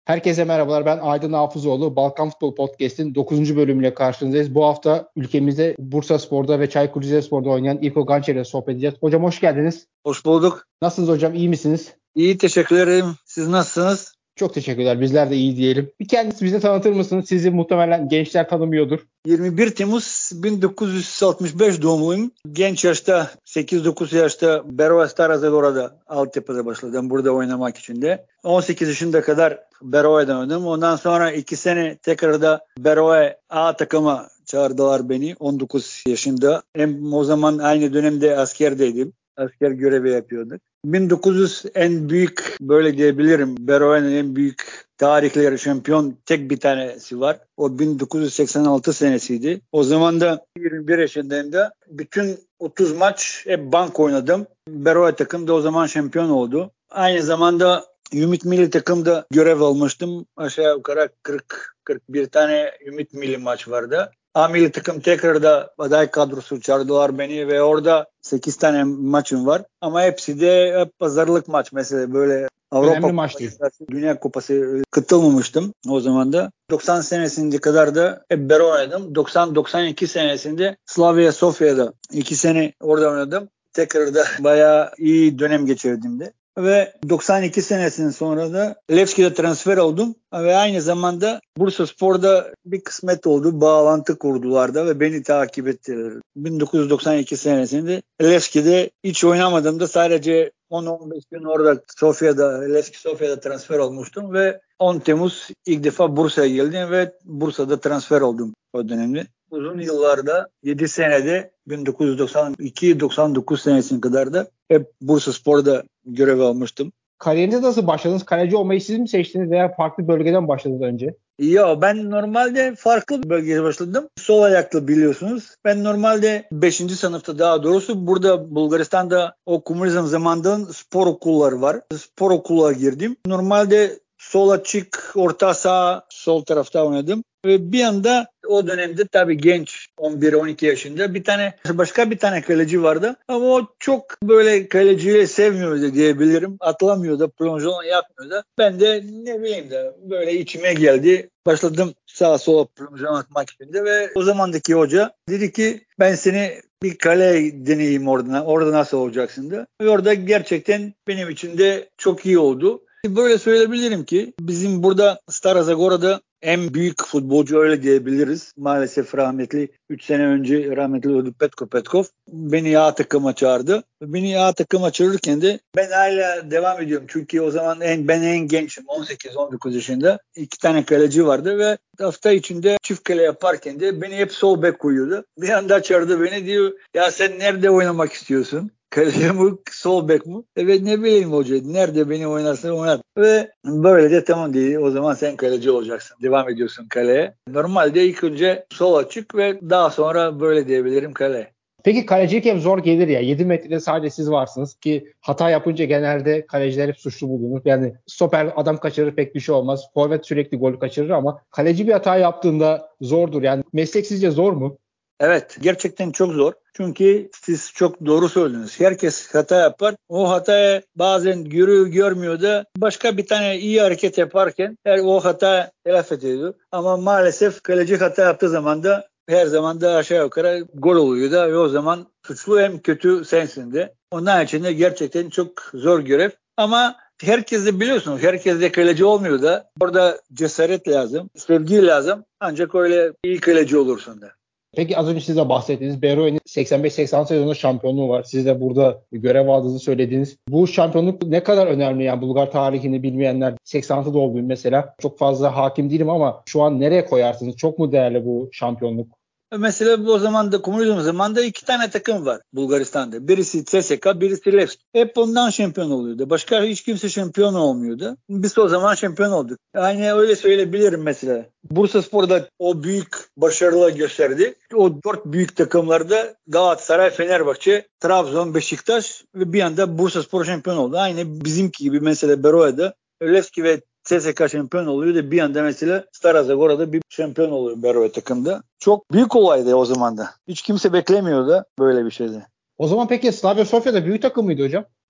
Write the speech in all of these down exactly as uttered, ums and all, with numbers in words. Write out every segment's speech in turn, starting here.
Herkese merhabalar. Ben Aydın Hafızoğlu. Balkan Futbol Podcast'in dokuzuncu bölümüyle karşınızdayız. Bu hafta ülkemizde Bursaspor'da ve Çaykur Rizespor'da oynayan İlko Gançer ile sohbet edeceğiz. Hocam hoş geldiniz. Hoş bulduk. Nasılsınız hocam? İyi misiniz? İyi, teşekkür ederim. Siz nasılsınız? Çok teşekkürler. Bizler de iyi diyelim. Bir kendisi bize tanıtır mısınız? Sizi muhtemelen gençler tanımıyordur. yirmi bir Temmuz bin dokuz yüz altmış beş doğumluyum. Genç yaşta, sekiz dokuz yaşta Berova Stara Zagora'da Altyapı'da başladım. Burada oynamak için de. on sekiz yaşında kadar Berova'da oynadım. Ondan sonra iki sene tekrar da Berova A takıma çağırdılar beni. on dokuz yaşında. Hem o zaman aynı dönemde askerdeydim. Asker görevi yapıyorduk. bin dokuz yüz en büyük, böyle diyebilirim, Beroa'nın en büyük tarihleri şampiyon tek bir tanesi var. O bin dokuz yüz seksen altı senesiydi. O zaman da yirmi bir yaşındayım da bütün otuz maç hep bank oynadım. Beroa takım da o zaman şampiyon oldu. Aynı zamanda Ümit Milli takımda görev almıştım. Aşağı yukarı kırk kırk bir tane Ümit Milli maç vardı. A milli takım tekrar da aday kadrosu çağırdılar beni ve orada sekiz tane maçım var. Ama hepsi de hep pazarlık maç, mesela böyle Avrupa Önemli maç değil. Kupası, Dünya Kupası katılmamıştım o zaman da. doksan senesinde kadar da hep Bero oynadım. doksan doksan iki senesinde Slavia Sofya'da iki sene orada oynadım. Tekrar da bayağı iyi dönem geçirdim de. Ve doksan iki senesinin sonra da Levski'de transfer oldum ve aynı zamanda Bursaspor'da bir kısmet oldu. Bağlantı kurdular da ve beni takip ettiler. bin dokuz yüz doksan iki senesinde Levski'de hiç oynamadım da sadece on on beş gün orada Sofya'da, Levski Sofya'da transfer olmuştum ve on Temmuz ilk defa Bursa'ya geldim ve Bursa'da transfer oldum o dönemde. Uzun yıllarda yedi senede bin dokuz yüz doksan iki doksan dokuz senesine kadar da hep Bursaspor'da görev almıştım. Kariyerinize nasıl başladınız? Kaleci olmayı siz mi seçtiniz veya farklı bölgeden başladınız önce? Ya ben normalde farklı bir bölgeye başladım. Sol ayaklı, biliyorsunuz. Ben normalde beşinci sınıfta, daha doğrusu burada Bulgaristan'da o komünizm zamanının spor okulları var. Spor okuluna girdim. Normalde sol açık, orta saha, sol tarafta oynadım. Ve bir anda o dönemde tabii genç, on bir on iki yaşında bir tane başka bir tane kaleci vardı. Ama o çok böyle kaleciyi sevmiyordu diyebilirim. Atlamıyordu, plonjon yapmıyordu. Ben de ne bileyim de böyle içime geldi. Başladım sağa sola plonjon atmak için de ve o zamandaki hoca dedi ki ben seni bir kale deneyeyim orada, orada nasıl olacaksın da. Ve orada gerçekten benim için de çok iyi oldu. Böyle söyleyebilirim ki bizim burada Stara Zagora'da en büyük futbolcu, öyle diyebiliriz. Maalesef rahmetli üç sene önce rahmetli öldü Petko Petkov. Beni A takıma çağırdı. Beni A takıma çağırırken de ben hala devam ediyorum. Çünkü o zaman en, ben en gençim, on sekiz on dokuz yaşında. İki tane kaleci vardı ve hafta içinde çift kale yaparken de beni hep sol bek koyuyordu. Bir anda çağırdı beni, diyor ya sen nerede oynamak istiyorsun? Kaleci mi, sol bek mi? Evet, ne bileyim hoca, nerede beni oynarsan oynat. Ve böyle de tamam dedi, o zaman sen kaleci olacaksın. Devam ediyorsun kaleye. Normalde ilk önce sol açık ve daha sonra böyle diyebilirim kale. Peki kalecilik hep zor gelir ya. yedi metrede sadece siz varsınız ki hata yapınca genelde kaleciler hep suçlu bulunur. Yani stoper adam kaçırır, pek bir şey olmaz. Forvet sürekli gol kaçırır ama kaleci bir hata yaptığında zordur. Yani meslek sizce zor mu? Evet, gerçekten çok zor. Çünkü siz çok doğru söylediniz. Herkes hata yapar. O hataya bazen görüyor, görmüyor da başka bir tane iyi hareket yaparken her o hata telafi ediyor. Ama maalesef kaleci hata yaptığı zaman da her zaman da aşağı yukarı gol oluyor da ve o zaman suçlu hem kötü sensin de. Onun için de gerçekten çok zor görev. Ama herkes de biliyorsunuz, herkes de kaleci olmuyor da. Orada cesaret lazım, sevgi lazım. Ancak öyle iyi kaleci olursun da. Peki az önce siz de bahsettiğiniz Beroe'nin seksen beş seksen altı sezonunda şampiyonluğu var. Siz de burada görev aldığınızı söylediğiniz. Bu şampiyonluk ne kadar önemli? Yani Bulgar tarihini bilmeyenler, seksen altıda olduğum mesela çok fazla hakim değilim ama şu an nereye koyarsınız? Çok mu değerli bu şampiyonluk? Mesela o zaman da komünizm zamanında iki tane takım var Bulgaristan'da. Birisi C S K A, birisi Levski. Hep ondan şampiyon oluyordu. Başka hiç kimse şampiyon olmuyordu. Biz o zaman şampiyon olduk. Yani öyle söyleyebilirim mesela. Bursaspor'da o büyük başarılar gösterdi. O dört büyük takımlarda Galatasaray, Fenerbahçe, Trabzon, Beşiktaş ve bir anda Bursaspor şampiyon oldu. Aynı bizimki gibi mesela Beroa'da Levski ve C S K A şampiyon oluyor da bir anda mesela Stara Zagora'da bir şampiyon oluyor Beroe takımda. Çok büyük olaydı o zaman da. Hiç kimse beklemiyordu böyle bir şeydi. O zaman peki Slavia Sofya'da büyük takım mıydı hocam?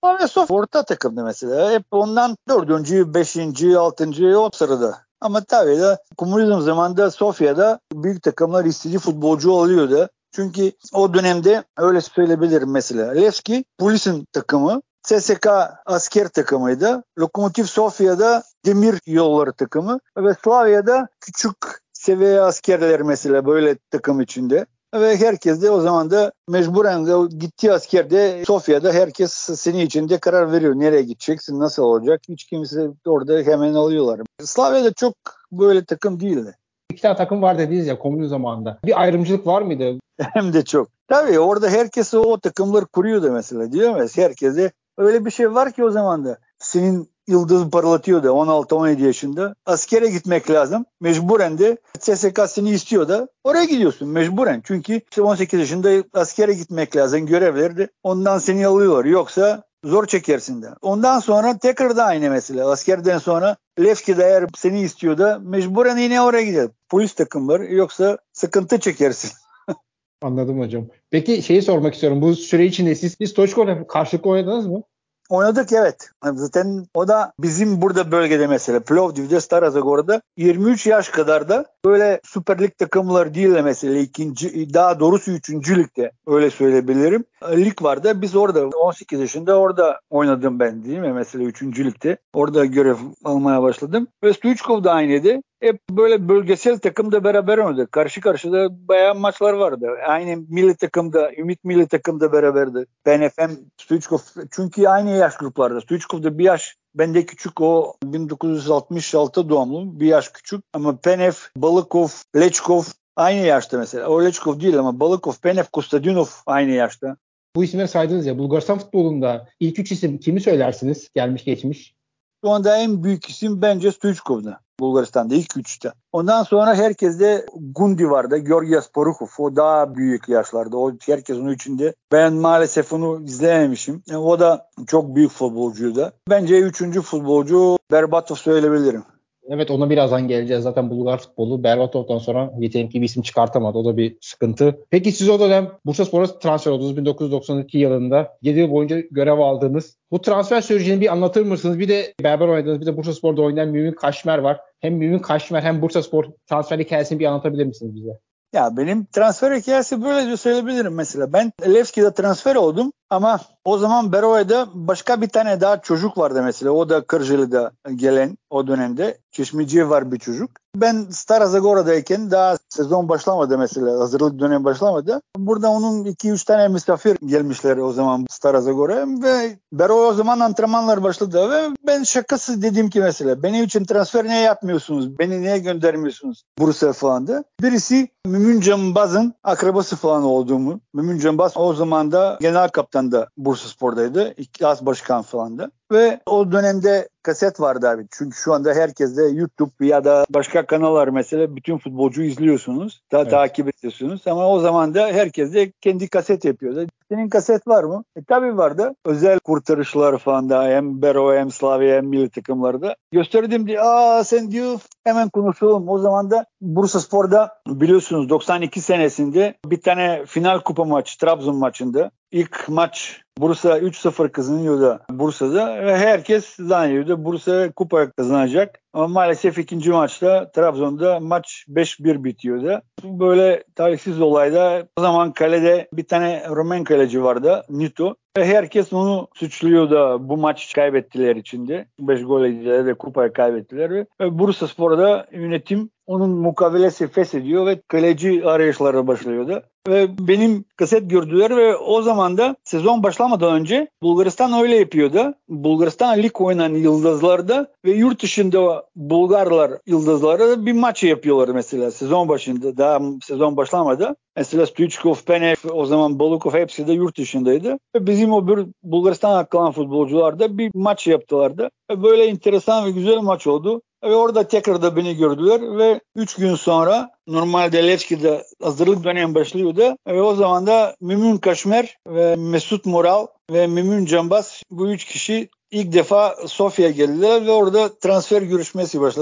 Slavia Sofia orta takımdı mesela. Hep ondan dördüncü, beşinci, altıncı o sırada. Ama tabii de komünizm zamanında Sofya'da büyük takımlar istediği futbolcu alıyordu. Çünkü o dönemde öyle söyleyebilirim mesela. Levski polisin takımı, C S K asker takımıydı. Lokomotiv Sofya'da demir yolları takımı ve Slavya'da küçük seviye askerler mesela böyle takım içinde. Ve herkes de o zaman da mecburen de gittiği askerde Sofya'da herkes senin içinde karar veriyor. Nereye gideceksin, nasıl olacak? Hiç kimse orada hemen alıyorlar. Slavya'da çok böyle takım değildi. İki tane takım var dediniz ya komünizm zamanında. Bir ayrımcılık var mıydı? Hem de çok. Tabii orada herkes o takımları kuruyordu mesela, diyor mu? Herkese öyle bir şey var ki o zaman da. Senin yıldızı parlatıyor da on altı on yedi yaşında. Askere gitmek lazım. Mecburen de C S K seni istiyor da oraya gidiyorsun mecburen. Çünkü on sekiz yaşında askere gitmek lazım. Görevleri ondan seni alıyorlar. Yoksa zor çekersin de. Ondan sonra tekrar da aynı mesela. Askerden sonra Levski'de eğer seni istiyor da mecburen yine oraya gidiyor. Polis takımları, yoksa sıkıntı çekersin. Anladım hocam. Peki şeyi sormak istiyorum. Bu süre içinde siz, siz Stoichkov'la karşılıklı oynadınız mı? Oynadık, evet. Zaten o da bizim burada bölgede mesela Plovdiv'de, Stara Zagor'da yirmi üç yaş kadar da böyle Süper Lig takımları değil de mesela ikinci, daha doğrusu üçüncü ligde öyle söyleyebilirim. Lig vardı. Biz orada on sekiz yaşında orada oynadım ben, değil mi? Mesela üçüncü ligde. Orada görev almaya başladım. Ve Stoichkov da aynıydı. Hep böyle bölgesel takımda beraber oynadık. Karşı karşıda bayağı maçlar vardı. Aynı milli takımda, Ümit milli takımda beraberdi. Ben F M, Stoichkov, çünkü aynı yaş gruplarda. Stoichkov da bir yaş bende küçük, o bin dokuz yüz altmış altı doğumlu, bir yaş küçük. Ama Penev, Balıkov, Lechkov aynı yaşta mesela. O Lechkov değil ama Balıkov, Penev, Kostadinov aynı yaşta. Bu isimleri saydınız ya. Bulgaristan futbolunda ilk üç isim kimi söylersiniz? Gelmiş geçmiş. Şu anda en büyük isim bence Stoichkov'da. Bulgaristan'da ilk üçte. Ondan sonra herkeste Gundi vardı. Georgios Porukhov. O daha büyük yaşlarda. O herkes onun içinde. Ben maalesef onu izleyememişim. Yani o da çok büyük futbolcuydu. Bence üçüncü futbolcu Berbatov söyleyebilirim. Evet, ona birazdan geleceğiz. Zaten Bulgar futbolu Berbatov'dan sonra yetenekli bir isim çıkartamadı. O da bir sıkıntı. Peki siz o dönem Bursaspor'a transfer oldunuz bin dokuz yüz doksan iki yılında. yedi yıl boyunca görev aldınız. Bu transfer sürecini bir anlatır mısınız? Bir de beraber oynadınız. Bir de Bursaspor'da oynayan Mümin Kaşmer var. Hem Mümin Kaşmer hem Bursaspor transfer hikayesini bir anlatabilir misiniz bize? Ya benim transfer hikayesi böylece söyleyebilirim mesela. Ben Levski'de transfer oldum ama o zaman Berove'de başka bir tane daha çocuk vardı mesela. O da Kırjılı'da gelen o dönemde. Çeşmeciye var bir çocuk. Ben Stara Zagora'dayken daha sezon başlamadı mesela. Hazırlık dönemi başlamadı. Burada onun iki üç tane misafir gelmişler o zaman Stara Zagora'ya ve Berove o zaman antrenmanlar başladı ve ben şakası dedim ki mesela benim için transfer niye yapmıyorsunuz? Beni niye göndermiyorsunuz Bursa falan da. Birisi Mümin Cambaz'ın akrabası falan olduğumu. Mümin Cambaz o zaman da genel kaptan da Bursaspor'daydı. İklas başkan falan da. Ve o dönemde kaset vardı abi. Çünkü şu anda herkes de YouTube ya da başka kanallar mesela bütün futbolcuyu izliyorsunuz. Da Evet. takip ediyorsunuz. Ama o zaman da herkes de kendi kaset yapıyordu. Senin kaset var mı? E tabii vardı. Özel kurtarışlar falan da hem Bero hem Slavia hem milli takımlarda. Gösterdim diye aa sen diyor hemen konuşalım. O zaman da Bursaspor'da biliyorsunuz doksan iki senesinde bir tane final kupa maçı Trabzon maçında. İlk maç Bursa üç sıfır kazanıyordu Bursa'da ve herkes zannediyordu Bursa kupa kazanacak. Ama maalesef ikinci maçta Trabzon'da maç beş bir bitiyordu. Böyle talihsiz olayda o zaman kalede bir tane Rumen kaleci vardı, Nito. Ve herkes onu suçluyordu bu maç kaybettiler içinde. beş gol yediler ve kupayı kaybettiler. Ve Bursaspor'da yönetim onun mukavelesi feshediyor ve kaleci arayışları başlıyordu. Ve benim kaset gördüler ve o zaman da sezon başlamadan önce Bulgaristan öyle yapıyordu. Bulgaristan lig oynayan yıldızlarda ve yurt dışında Bulgarlar yıldızları bir maç yapıyorlar mesela sezon başında. Daha sezon başlamadı. Mesela Stoichkov, Penev, o zaman Balukov hepsi de yurt dışındaydı. Ve bizim o bir Bulgaristan kalan futbolcular da bir maç yaptılardı. Ve böyle enteresan ve güzel maç oldu. Ve orada tekrar da beni gördüler ve üç gün sonra normalde Levski'de hazırlık dönemi başlıyordu. Ve o zaman da Mümin Kaşmer ve Mesut Moral ve Mümin Cambaz bu üç kişi ilk defa Sofya'ya geldiler ve orada transfer görüşmesi başladı.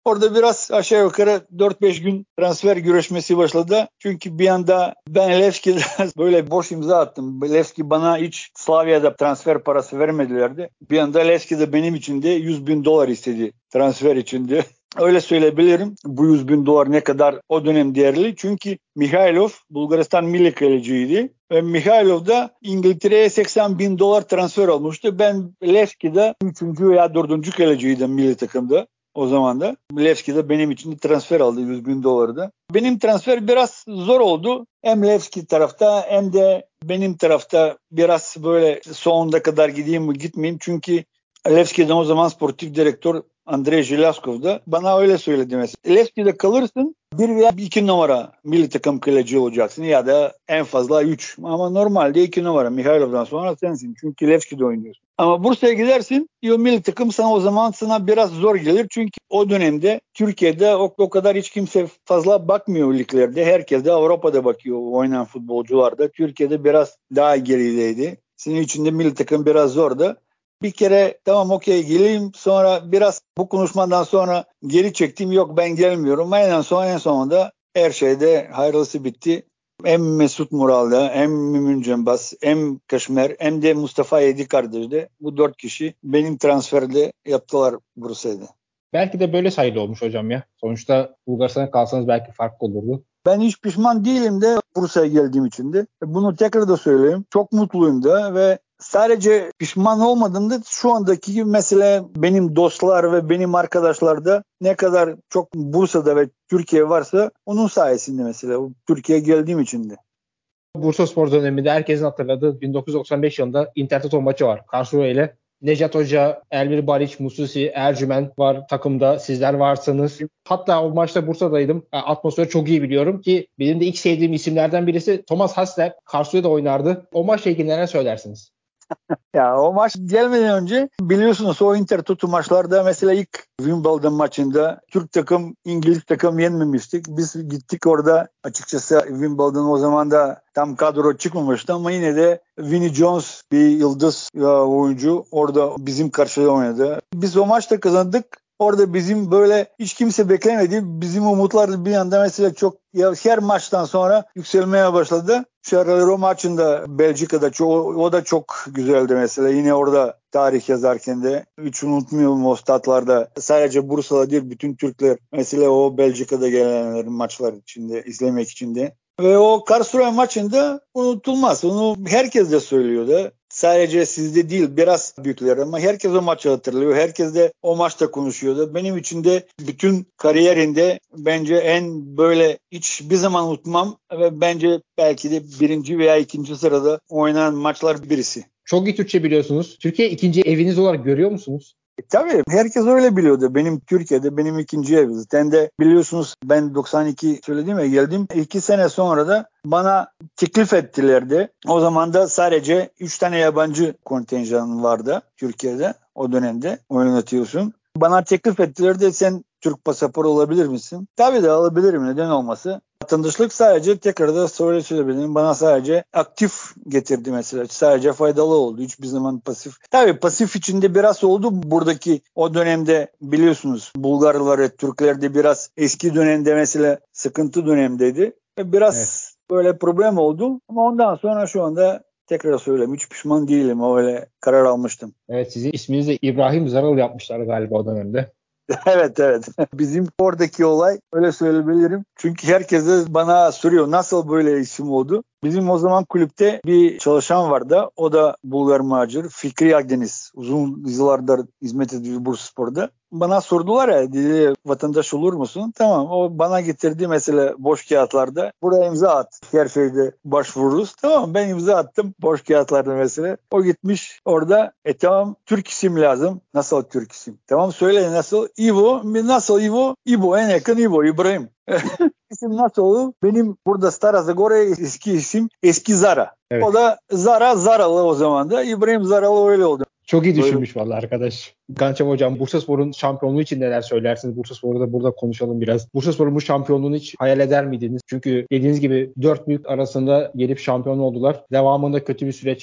Orada biraz aşağı yukarı dört beş gün transfer görüşmesi başladı. Çünkü bir anda ben Levski'de böyle boş imza attım. Levski bana hiç Slavya'da transfer parası vermedilerdi. Bir anda Levski de benim için de yüz bin dolar istedi transfer içinde. Öyle söyleyebilirim. Bu yüz bin dolar ne kadar o dönem değerli. Çünkü Mihailov Bulgaristan milli kaleciydi. Ve Mihailov da İngiltere'ye seksen bin dolar transfer olmuştu. Ben Levski'de üçüncü veya dördüncü kaleciydim milli takımda. O zaman da Levski de benim için transfer aldı yüz bin dolarda. Benim transfer biraz zor oldu. Hem Levski tarafta hem de benim tarafta biraz böyle sonuna kadar gideyim mi gitmeyeyim. Çünkü Levski'den o zaman sportif direktör Andrei Jilaskov da bana öyle söyledi mesela. Levski'de kalırsın bir veya iki numara milli takım kaleci olacaksın ya da en fazla üç. Ama normalde iki numara Mihailov'dan sonra sensin. Çünkü Levski'de oynuyorsun. Ama Bursa'ya gidersin o milli takım sana o zaman sana biraz zor gelir. Çünkü o dönemde Türkiye'de o, o kadar hiç kimse fazla bakmıyor liglerde. Herkes de Avrupa'da bakıyor oynayan futbolcular da. Türkiye'de biraz daha gerideydi. Senin için de milli takım biraz zordu. Bir kere tamam okey geleyim sonra biraz bu konuşmadan sonra geri çektim yok ben gelmiyorum. En son en sonunda her şeyde hayırlısı bitti. Hem Mesut Mural'da hem Mümin Cembaz hem Kaşmer hem de Mustafa Yedi kardeşde bu dört kişi benim transferde yaptılar Bursa'da. Belki de böyle sayılı olmuş hocam ya. Sonuçta Bulgaristan'a kalsanız belki farklı olurdu. Ben hiç pişman değilim de Bursa'ya geldiğim için de. Bunu tekrar da söyleyeyim. Çok mutluyum da ve sadece pişman olmadım da şu andaki gibi mesela benim dostlar ve benim arkadaşlar da ne kadar çok Bursa'da ve Türkiye varsa onun sayesinde mesela Türkiye'ye geldiğim için de. Bursaspor döneminde herkesin hatırladığı bin dokuz yüz doksan beş yılında Intertoto maçı var. Karlsruhe ile Nejat Hoca, Elvir Baliç, Mususi, Ercüment var takımda. Sizler varsınız. Hatta o maçta Bursa'daydım. Atmosferi çok iyi biliyorum ki benim de ilk sevdiğim isimlerden birisi Thomas Hassler. Karlsruhe'de oynardı. O maçla ilgili neler söylersiniz? Ya o maç gelmeden önce biliyorsunuz o Intertoto maçlarda mesela ilk Wimbledon maçında Türk takım İngiliz takım yenmemiştik. Biz gittik orada açıkçası Wimbledon o zaman da tam kadro çıkmamıştı ama yine de Vinnie Jones bir yıldız ya, oyuncu orada bizim karşıda oynadı. Biz o maçta kazandık. Orada bizim böyle hiç kimse beklemedi. Bizim umutlar bir anda mesela çok ya her maçtan sonra yükselmeye başladı. Şarlero maçında Belçika'da çok, o da çok güzeldi mesela. Yine orada tarih yazarken de hiç unutmuyorum o statlarda. Sadece Bursa'da değil bütün Türkler mesela o Belçika'da gelenlerin maçlar içinde izlemek için de. Ve o Karlsruhe maçında unutulmaz. Onu herkes de söylüyordu. Sadece sizde değil biraz büyükler ama herkes o maçı hatırlıyor. Herkes de o maçta konuşuyordu. Benim için de bütün kariyerinde bence en böyle hiç bir zaman unutmam ve bence belki de birinci veya ikinci sırada oynanan maçlar birisi. Çok iyi Türkçe biliyorsunuz. Türkiye ikinci eviniz olarak görüyor musunuz? E, tabii herkes öyle biliyordu. Benim Türkiye'de benim ikinci ev. Zaten de biliyorsunuz ben doksan iki söyledim ya geldim. iki sene sonra da bana teklif ettilerdi. O zaman da sadece üç tane yabancı kontenjan vardı Türkiye'de o dönemde oynatıyorsun. Bana teklif ettiler de sen Türk pasaportu alabilir misin? Tabii de alabilirim neden olması. Vatandaşlık sadece tekrar da söyle söyleyebilirim. Bana sadece aktif getirdi mesela. Sadece faydalı oldu. Hiçbir zaman pasif. Tabii pasif içinde biraz oldu. Buradaki o dönemde biliyorsunuz Bulgarlar ve Türkler de biraz eski dönemde mesela sıkıntı dönemdeydi. Biraz evet. Böyle problem oldu. Ama ondan sonra şu anda tekrar söyleyeyim. Hiç pişman değilim. Öyle karar almıştım. Evet sizin isminizi İbrahim Zaral yapmışlar galiba o dönemde. Evet evet. Bizim oradaki olay öyle söyleyebilirim. Çünkü herkes de bana soruyor nasıl böyle isim oldu. Bizim o zaman kulüpte bir çalışan vardı. O da Bulgar macir. Fikri Akdeniz. Uzun yıllardır hizmet ediyor Bursaspor'da. Bana sordular ya dedi vatandaş olur musun? Tamam o bana getirdi mesela boş kağıtlarda. Buraya imza at. Her şeyde başvururuz. Tamam ben imza attım boş kağıtlarda mesela. O gitmiş orada e tamam Türk isim lazım. Nasıl Türk isim? Tamam söyle nasıl? İvo. Nasıl İvo? İbo en yakın İbo İbrahim. İsim nasıl olur? Benim burada Stara Zagora eski isim eski Zara. Evet. O da Zara Zaralı o zaman da. İbrahim Zaralı öyle oldu. Çok iyi düşünmüş vallahi arkadaş. Gançam hocam Bursaspor'un şampiyonluğu için neler söylersiniz? Bursaspor'u da burada konuşalım biraz. Bursaspor'un bu şampiyonluğunu hiç hayal eder miydiniz? Çünkü dediğiniz gibi dört büyük arasında gelip şampiyon oldular. Devamında kötü bir süreç var.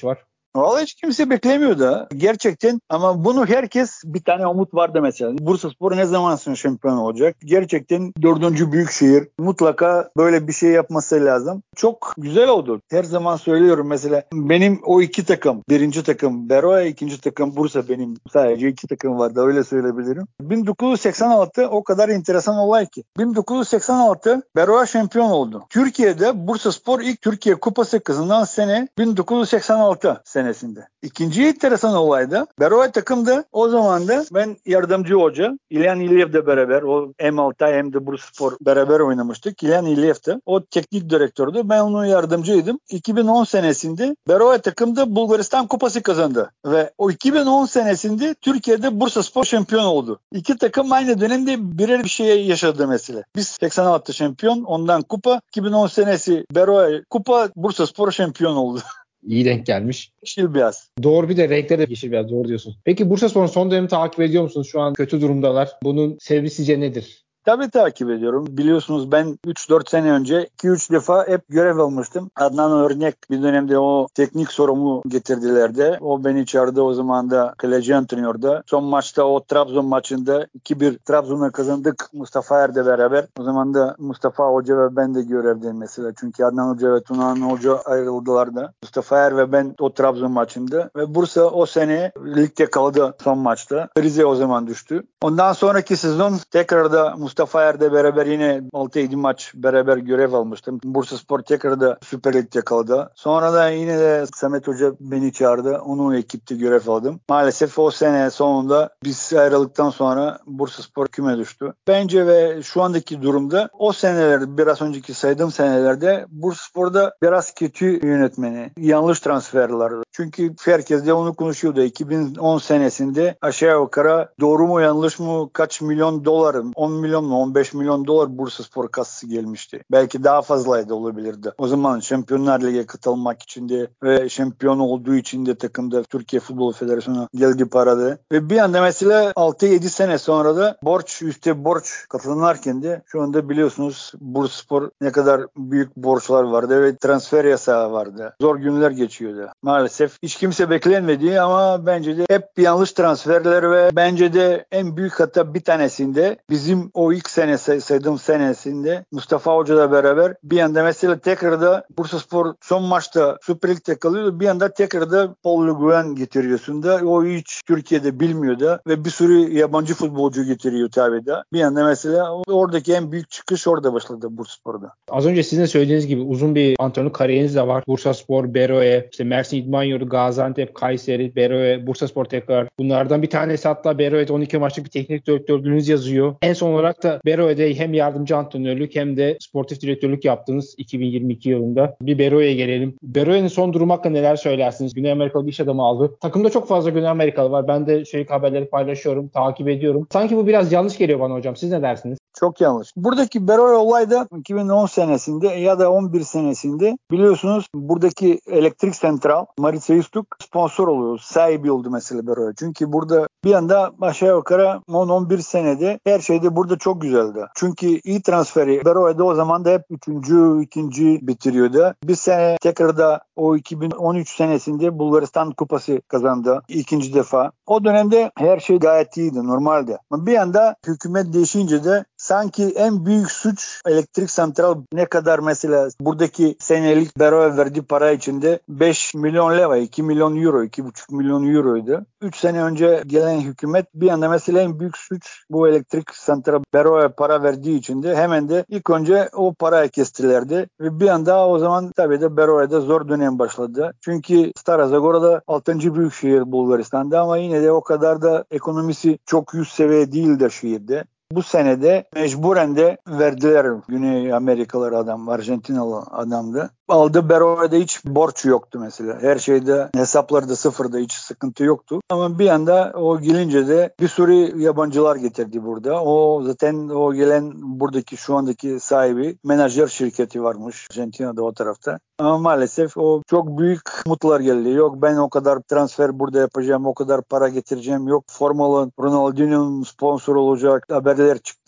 Vallahi hiç kimse beklemiyordu. Gerçekten ama bunu herkes bir tane umut vardı mesela. Bursaspor ne zaman şampiyon olacak? Gerçekten dördüncü büyük şehir. Mutlaka böyle bir şey yapması lazım. Çok güzel oldu. Her zaman söylüyorum mesela benim o iki takım. Birinci takım Beroe, ikinci takım Bursa benim. Sadece iki takım vardı öyle söyleyebilirim. bin dokuz yüz seksen altı o kadar enteresan olay ki. bin dokuz yüz seksen altı Beroe şampiyon oldu. Türkiye'de Bursaspor ilk Türkiye Kupası kazanan sene bin dokuz yüz seksen altı senesinde. İkinci enteresan olay da Beroe takımda o zaman da ben yardımcı hoca İlhan İlyev'le beraber o hem Altay hem de Bursaspor beraber oynamıştık. İlhan İlyev'de o teknik direktördü. Ben onun yardımcıydım. iki bin on senesinde Beroe takımda Bulgaristan Kupası kazandı. Ve o iki bin on senesinde Türkiye'de Bursaspor şampiyon oldu. İki takım aynı dönemde birer bir şey yaşadı mesela. Biz seksen altı şampiyon ondan kupa. iki bin on senesi Beroe kupa Bursaspor şampiyon oldu. İyi denk gelmiş. Yeşil beyaz. Doğru bir de renkleri de yeşil beyaz doğru diyorsun. Peki Bursaspor'un son dönemi takip ediyor musunuz? Şu an kötü durumdalar. Bunun sebebi sizce nedir? Tabii takip ediyorum. Biliyorsunuz ben üç dört sene önce iki üç defa hep görev almıştım. Adnan Örnek bir dönemde o teknik sorumlu getirdiler de. O beni çağırdı o zaman da kaleci antrenörde. Son maçta o Trabzon maçında iki bir Trabzon'a kazandık Mustafa Er'le beraber. O zaman da Mustafa Hoca ve ben de görevdeyim mesela. Çünkü Adnan Hoca ve Tunan Hoca ayrıldılar da. Mustafa Er ve ben o Trabzon maçında. Ve Bursa o sene ligde kaldı son maçta. Rize o zaman düştü. Ondan sonraki sezon tekrar da Mustafa Er'le beraber yine altı yedi maç beraber görev almıştım. Bursaspor tekrar da Süper Lig'de kaldı. Sonra da yine de Samet Hoca beni çağırdı. Onun ekipte görev aldım. Maalesef o sene sonunda biz ayrıldıktan sonra Bursaspor küme düştü. Bence ve şu andaki durumda o seneler biraz önceki saydığım senelerde Bursaspor'da biraz kötü yönetmeni, yanlış transferler. Çünkü herkes de onu konuşuyordu. iki bin on senesinde aşağı yukarı doğru mu yanlış mı kaç milyon dolar, on milyon mu on beş milyon dolar Bursaspor kasası gelmişti. Belki daha fazlaydı olabilirdi. O zaman Şampiyonlar Ligi'ne katılmak için de ve şampiyon olduğu için de takımda Türkiye Futbol Federasyonu geldi paradı. Ve bir anda mesela altı yedi sene sonra da borç üstte borç katlanırken de şu anda biliyorsunuz Bursaspor ne kadar büyük borçlar vardı ve transfer yasağı vardı. Zor günler geçiyordu. Maalesef hiç kimse beklenmedi ama bence de hep yanlış transferler ve bence de en büyük hata bir tanesinde bizim o ilk sene saydığım senesinde Mustafa Hoca'la beraber bir anda mesela tekrar da Bursaspor son maçta Süper Lig'de kalıyordu. Bir anda tekrar da Paul Le Guen getiriyorsun da o hiç Türkiye'de bilmiyordu ve bir sürü yabancı futbolcu getiriyor tabii de. Bir anda mesela oradaki en büyük çıkış orada başladı Bursaspor'da. Az önce sizin de söylediğiniz gibi uzun bir antrenörlük kariyeriniz de var. Bursaspor, Beroe, işte Mersin İdman Yurdu, Gaziantep, Kayseri, Beroe, Bursaspor tekrar. Bunlardan bir tanesi hatta Beroe'de on iki maçlık bir teknik direktörlüğünüz yazıyor. En son olarak da Beroe'de hem yardımcı antrenörlük hem de sportif direktörlük yaptınız iki bin yirmi iki yılında. Bir Beroe'ye gelelim. Beroe'nin son durumu hakkında neler söylersiniz? Güney Amerikalı bir iş adamı aldı. Takımda çok fazla Güney Amerikalı var. Ben de sürekli haberleri paylaşıyorum, takip ediyorum. Sanki bu biraz yanlış geliyor bana hocam. Siz ne dersiniz? Çok yanlış. Buradaki Beroe olayda iki bin on senesinde ya da on bir senesinde biliyorsunuz buradaki elektrik santral Maritsa Istuk sponsor oluyor. Sahibi oldu mesela Beroe. Çünkü burada bir anda aşağı yukarı on on bir senede her şeyde burada çok güzeldi. Çünkü iyi transferi Beroe'de o zaman da hep üçüncü, ikinci bitiriyordu. Bir sene tekrar da o iki bin on üç senesinde Bulgaristan Kupası kazandı. ikinci defa. O dönemde her şey gayet iyiydi, normaldi. Ama bir anda hükümet değişince de sanki en büyük suç elektrik santral ne kadar mesela buradaki senelik Beroe verdiği para içinde beş milyon leva, iki milyon euro, iki buçuk milyon euroydu. üç sene önce gelen hükümet bir anda mesela en büyük suç bu elektrik santral Beroe para verdiği için de hemen de ilk önce o parayı kestilerdi. Ve bir anda o zaman tabii de Beroe'de zor dönem başladı. Çünkü Stara Zagora'da altıncı büyük şehir Bulgaristan'da ama yine de o kadar da ekonomisi çok üst seviye değil de şehirde. Bu senede mecburen de verdiler Güney Amerikalı adam, Arjantinalı adamdı. Aldı Beroe'de hiç borç yoktu mesela. Her şeyde hesaplarda sıfırda hiç sıkıntı yoktu. Ama bir anda o gelince de bir sürü yabancılar getirdi burada. O zaten o gelen buradaki şu andaki sahibi menajer şirketi varmış Arjantina'da o tarafta. Ama maalesef o çok büyük umutlar geldi. Yok ben o kadar transfer burada yapacağım, o kadar para getireceğim. Yok formalı Ronaldinho'nun sponsor olacak haberler çıktı.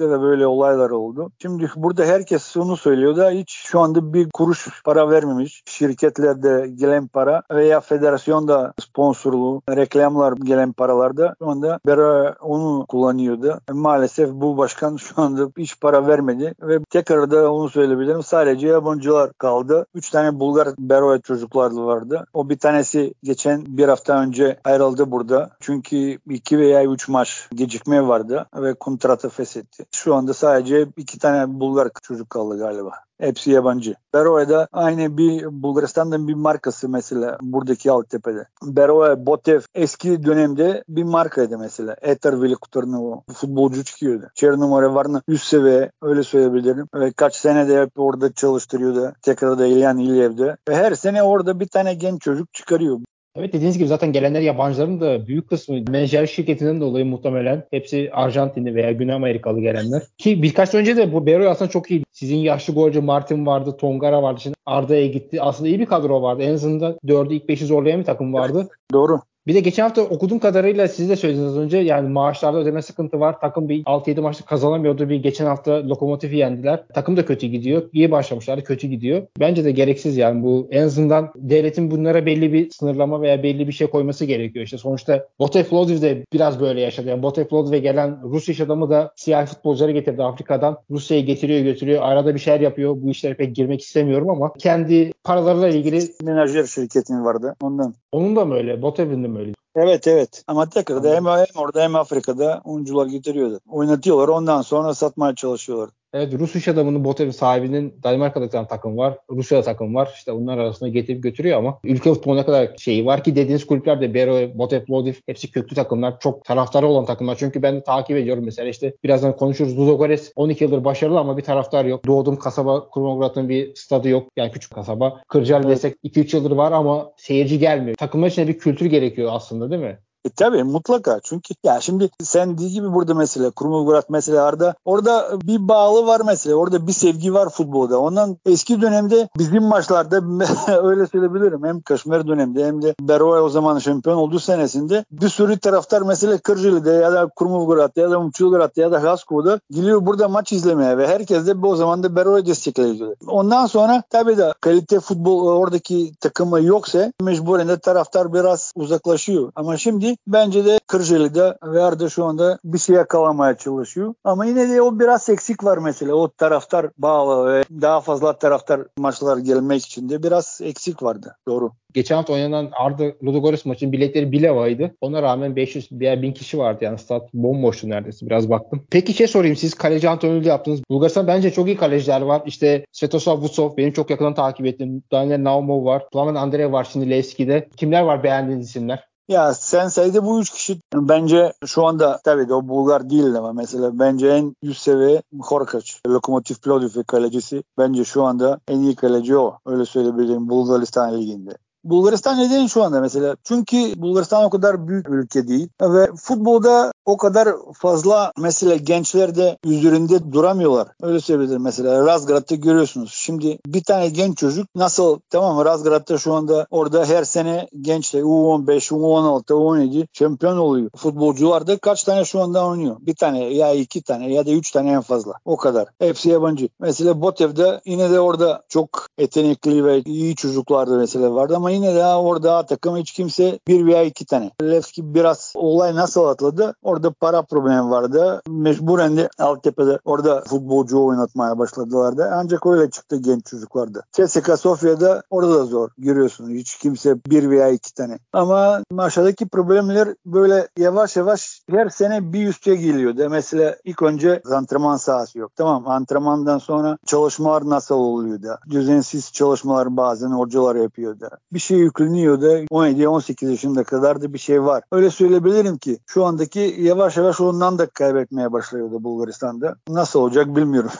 Beşiktaş'ta da böyle olaylar oldu. Şimdi burada herkes onu söylüyor da hiç şu anda bir kuruş para vermemiş. Şirketlerde gelen para veya federasyonda sponsorluğu, reklamlar gelen paralarda şu anda Beroe onu kullanıyordu. Maalesef bu başkan şu anda hiç para vermedi ve tekrar da onu söyleyebilirim. Sadece yabancılar kaldı. Üç tane Bulgar Beroe çocuklar vardı. O bir tanesi geçen bir hafta önce ayrıldı burada. Çünkü iki veya üç maç gecikme vardı ve kontratı feshetti. Şu anda sadece iki tane Bulgar çocuk kaldı galiba. Hepsi yabancı. Beroe'da aynı bir Bulgaristan'dan bir markası mesela buradaki Altepe'de. Beroe, Botev eski dönemde bir markaydı mesela. Eter Velikotornovo futbolcu çıkıyordu. Çernumara varna üst seviye öyle söyleyebilirim. Ve kaç sene de hep orada çalıştırıyordu. Tekrar da İlyan İlyev'de. Ve her sene orada bir tane genç çocuk çıkarıyor. Evet, dediğiniz gibi zaten gelenler yabancıların da büyük kısmı menajer şirketinden dolayı muhtemelen hepsi Arjantinli veya Güney Amerikalı gelenler. Ki birkaç sene önce de bu Beroe aslında çok iyiydi. Sizin yaşlı golcü Martin vardı, Tongara vardı. Şimdi Arda'ya gitti. Aslında iyi bir kadro vardı. En azından dördü ilk beşi zorlayan bir takım vardı. Evet, doğru. Bir de geçen hafta okuduğum kadarıyla siz de söylediniz az önce, yani maaşlarda ödeme sıkıntı var. Takım bir altı yedi maçta kazanamıyordu. Bir geçen hafta Lokomotif'i yendiler. Takım da kötü gidiyor. İyi başlamışlar, kötü gidiyor. Bence de gereksiz yani bu. En azından devletin bunlara belli bir sınırlama veya belli bir şey koyması gerekiyor. İşte sonuçta Botev Plovdiv de biraz böyle yaşadı. Yani Botev Plovdiv'e gelen Rus iş adamı da siyah futbolcuları getirdi Afrika'dan. Rusya'yı getiriyor götürüyor. Arada bir şeyler yapıyor. Bu işlere pek girmek istemiyorum ama kendi paralarıyla ilgili. Menajer şirketin vardı ondan. Onun da mı öyle? Botev'in de mi öyle? Evet evet. Ama tekrar da hem, hem orada hem Afrika'da oyuncular getiriyordu. Oynatıyorlar, ondan sonra satmaya çalışıyorlar. Evet, Rus iş adamının Botev'in sahibinin Danimarka'da bir tane takım var. Rusya'da takım var. İşte onlar arasında getirip götürüyor ama ülke futboluna kadar şeyi var ki dediğiniz kulüpler de Beroe, Botev, Plovdiv hepsi köklü takımlar. Çok taraftarı olan takımlar. Çünkü ben de takip ediyorum mesela işte birazdan konuşuruz. Ludogorets on iki yıldır başarılı ama bir taraftar yok. Doğduğum kasaba Krumovgrad'ın bir stadı yok. Yani küçük kasaba. Kırcaali Evet. desek iki üç yıldır var ama seyirci gelmiyor. Takımlar için bir kültür gerekiyor aslında, değil mi? E tabii mutlaka, çünkü ya şimdi sen dediği gibi burada mesela Krumovgrad mesela Arda, orada bir bağlı var mesela, orada bir sevgi var futbolda. Ondan eski dönemde bizim maçlarda öyle söyleyebilirim, hem Kaşmer dönemde hem de Beroe o zaman şampiyon olduğu senesinde bir sürü taraftar mesela Kırcaali'de ya da Krumovgrad'da ya da Mutçulgrad'da ya da Hasko'da geliyor burada maç izlemeye ve herkes de o zaman da Beroe destekliyordu. Ondan sonra tabii de kalite futbol oradaki takımı yoksa mecburen de taraftar biraz uzaklaşıyor. Ama şimdi bence de Kırcaali'de ve Arda şu anda bir şey yakalamaya çalışıyor. Ama yine de o biraz eksik var mesela. O taraftar bağlı ve daha fazla taraftar maçlar gelmek için de biraz eksik vardı. Doğru. Geçen hafta oynanan Arda Ludogorets maçının biletleri bir levaydı. Ona rağmen beş yüz veya bin kişi vardı. Yani stat bomboştu neredeyse. Biraz baktım. Peki şey sorayım. Siz kaleci antrenörlüğü yaptınız. Bulgaristan bence çok iyi kaleciler var. İşte Svetoslav Vutsov benim çok yakından takip ettiğim. Daniel Naumov var. Plamen Andreev var şimdi Levski'de. Kimler var beğendiğiniz isimler? Ya sen sayıda bu üç kişi bence şu anda tabii de o Bulgar değil ama mesela bence en üst seviye Horkaç. Lokomotiv Plovdiv kalecisi. Bence şu anda en iyi kaleci o. Öyle söyleyebilirim Bulgaristan Ligi'nde. Bulgaristan neden şu anda mesela? Çünkü Bulgaristan o kadar büyük bir ülke değil ve futbolda o kadar fazla mesela gençler de üzerinde duramıyorlar. Öyle söyleyebilirim mesela Razgrad'da görüyorsunuz. Şimdi bir tane genç çocuk nasıl, tamam mı, Razgrad'da şu anda orada her sene gençler U on beş, U on altı, U on yedi şampiyon oluyor. Futbolcularda kaç tane şu anda oynuyor? Bir tane ya iki tane ya da üç tane en fazla. O kadar. Hepsi yabancı. Mesela Botev'de yine de orada çok yetenekli ve iyi çocuklar da mesela vardı ama yine de orada takım hiç kimse bir veya iki tane. Levski biraz olay nasıl atladı? Orada para problemi vardı. Mecburen de Altepe'de orada futbolcu oynatmaya başladılar da. Ancak öyle çıktı genç çocuklarda. C S K A Sofya'da orada da zor. Görüyorsunuz. Hiç kimse bir veya iki tane. Ama aşağıdaki problemler böyle yavaş yavaş her sene bir üste geliyordu. Mesela ilk önce antrenman sahası yok. Tamam, antrenmandan sonra çalışmalar nasıl oluyordu? Düzensiz çalışmalar bazen hocalar yapıyordu. Bir şey yükleniyordu. on yedi on sekiz yaşında kadar da bir şey var. Öyle söyleyebilirim ki şu andaki yavaş yavaş ondan da kaybetmeye başlıyordu Bulgaristan'da. Nasıl olacak bilmiyorum.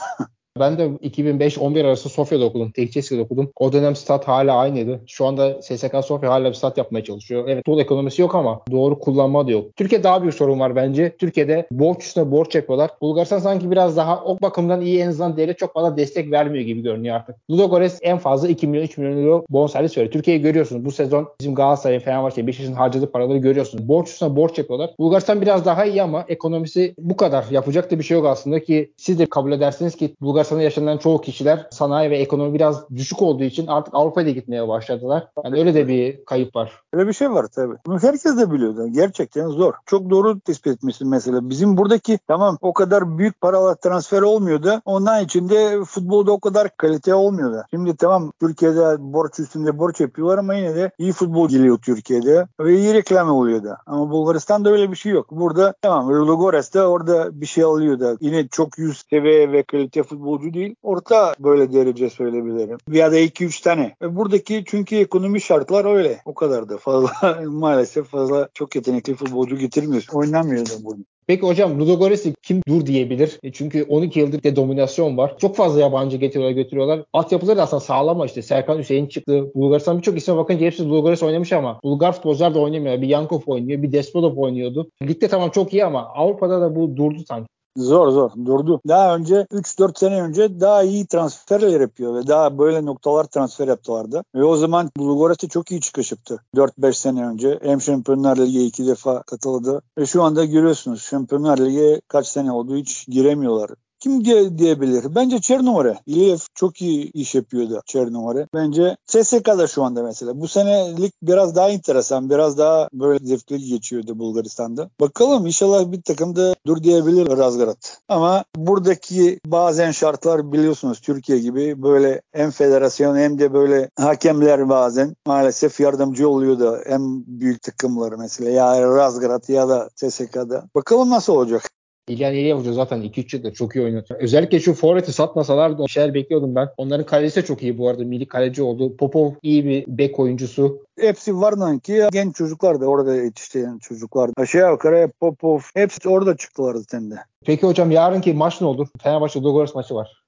Ben de iki bin beş on bir arası Sofya'da okudum. Tehceske'de okudum. O dönem stat hala aynıydı. Şu anda S S K Sofya hala bir stat yapmaya çalışıyor. Evet, futbol ekonomisi yok ama doğru kullanma da yok. Türkiye daha büyük sorun var bence. Türkiye'de borç üstüne borç yapıyorlar. Bulgaristan sanki biraz daha o bakımdan iyi, en azından devlet çok fazla destek vermiyor gibi görünüyor artık. Ludogorets en fazla iki milyon üç milyon euro bonservis veriyor. Türkiye'yi görüyorsunuz. Bu sezon bizim Galatasaray'ın, Fenerbahçe'nin, Beşiktaş'ın harcadığı paraları görüyorsunuz. Borç üstüne borç yapıyorlar. Bulgaristan biraz daha iyi ama ekonomisi bu kadar. Yapacak da bir şey yok aslında ki siz de kabul edersiniz ki Bulgaristan'da yaşanan çoğu kişiler sanayi ve ekonomi biraz düşük olduğu için artık Avrupa'ya gitmeye başladılar. Yani öyle de bir kayıp var. Öyle bir şey var tabii. Bunu herkes de biliyor. Gerçekten zor. Çok doğru tespit etmişsin mesela. Bizim buradaki tamam o kadar büyük paralar transfer olmuyor da ondan içinde futbolda o kadar kalite olmuyor da. Şimdi tamam Türkiye'de borç üstünde borç yapıyorlar ama yine de iyi futbol geliyor Türkiye'de ve iyi reklam oluyor da. Ama Bulgaristan'da öyle bir şey yok. Burada tamam Ludogorets'te orada bir şey alıyor da. Yine çok yüz seviye ve kalite futbolcu değil. Orta böyle derece söyleyebilirim. Ya da iki üç tane. Ve buradaki çünkü ekonomi şartlar öyle. O kadar da fazla maalesef fazla çok yetenekli futbolcu getirmiyor. Oynamıyor da burada. Peki hocam Ludogorets'i kim dur diyebilir? E çünkü on iki yıldır de dominasyon var. Çok fazla yabancı getiriyorlar götürüyorlar. Altyapıları da aslında sağlam işte. Serkan Hüseyin çıktı. Bulgaristan birçok isme bakınca hepsi Ludogorets oynamış ama Bulgar futbolcular da oynamıyor. Bir Yankov oynuyor, bir Despodov oynuyordu. Ligde tamam çok iyi ama Avrupa'da da bu durdu sanki. Zor zor durdu. Daha önce üç dört sene önce daha iyi transferler yapıyor ve daha böyle noktalar transfer yaptılardı. Ve o zaman Ludogorets'te çok iyi çıkış yaptı. dört beş sene önce hem Şampiyonlar Ligi'ye iki defa katıldı. Ve şu anda görüyorsunuz Şampiyonlar Ligi'ye kaç sene oldu hiç giremiyorlar. Kim diye, diyebilir? Bence Çernomore. İliyev çok iyi iş yapıyordu Çernomore. Bence S S K'da şu anda mesela. Bu senelik biraz daha enteresan. Biraz daha böyle zevkli geçiyordu Bulgaristan'da. Bakalım inşallah bir takımda dur diyebilir Razgrad. Ama buradaki bazen şartlar biliyorsunuz Türkiye gibi böyle hem federasyon hem de böyle hakemler bazen maalesef yardımcı oluyor da hem büyük takımlar mesela ya Razgrad ya da S S K'da. Bakalım nasıl olacak. İlyan İlyan Hoca zaten iki üç yıldır çok iyi oynuyor. Özellikle şu forveti satmasalar da bir şeyler bekliyordum ben. Onların kalecisi de çok iyi bu arada. Milli kaleci oldu. Popov iyi bir bek oyuncusu. Hepsi var ki genç çocuklar da orada yetiştiren çocuklar. Aşağı yukarı Popov hepsi orada çıktılar zaten de. Peki hocam yarınki maç ne olur? Fenerbahçe Ludogorets maçı var.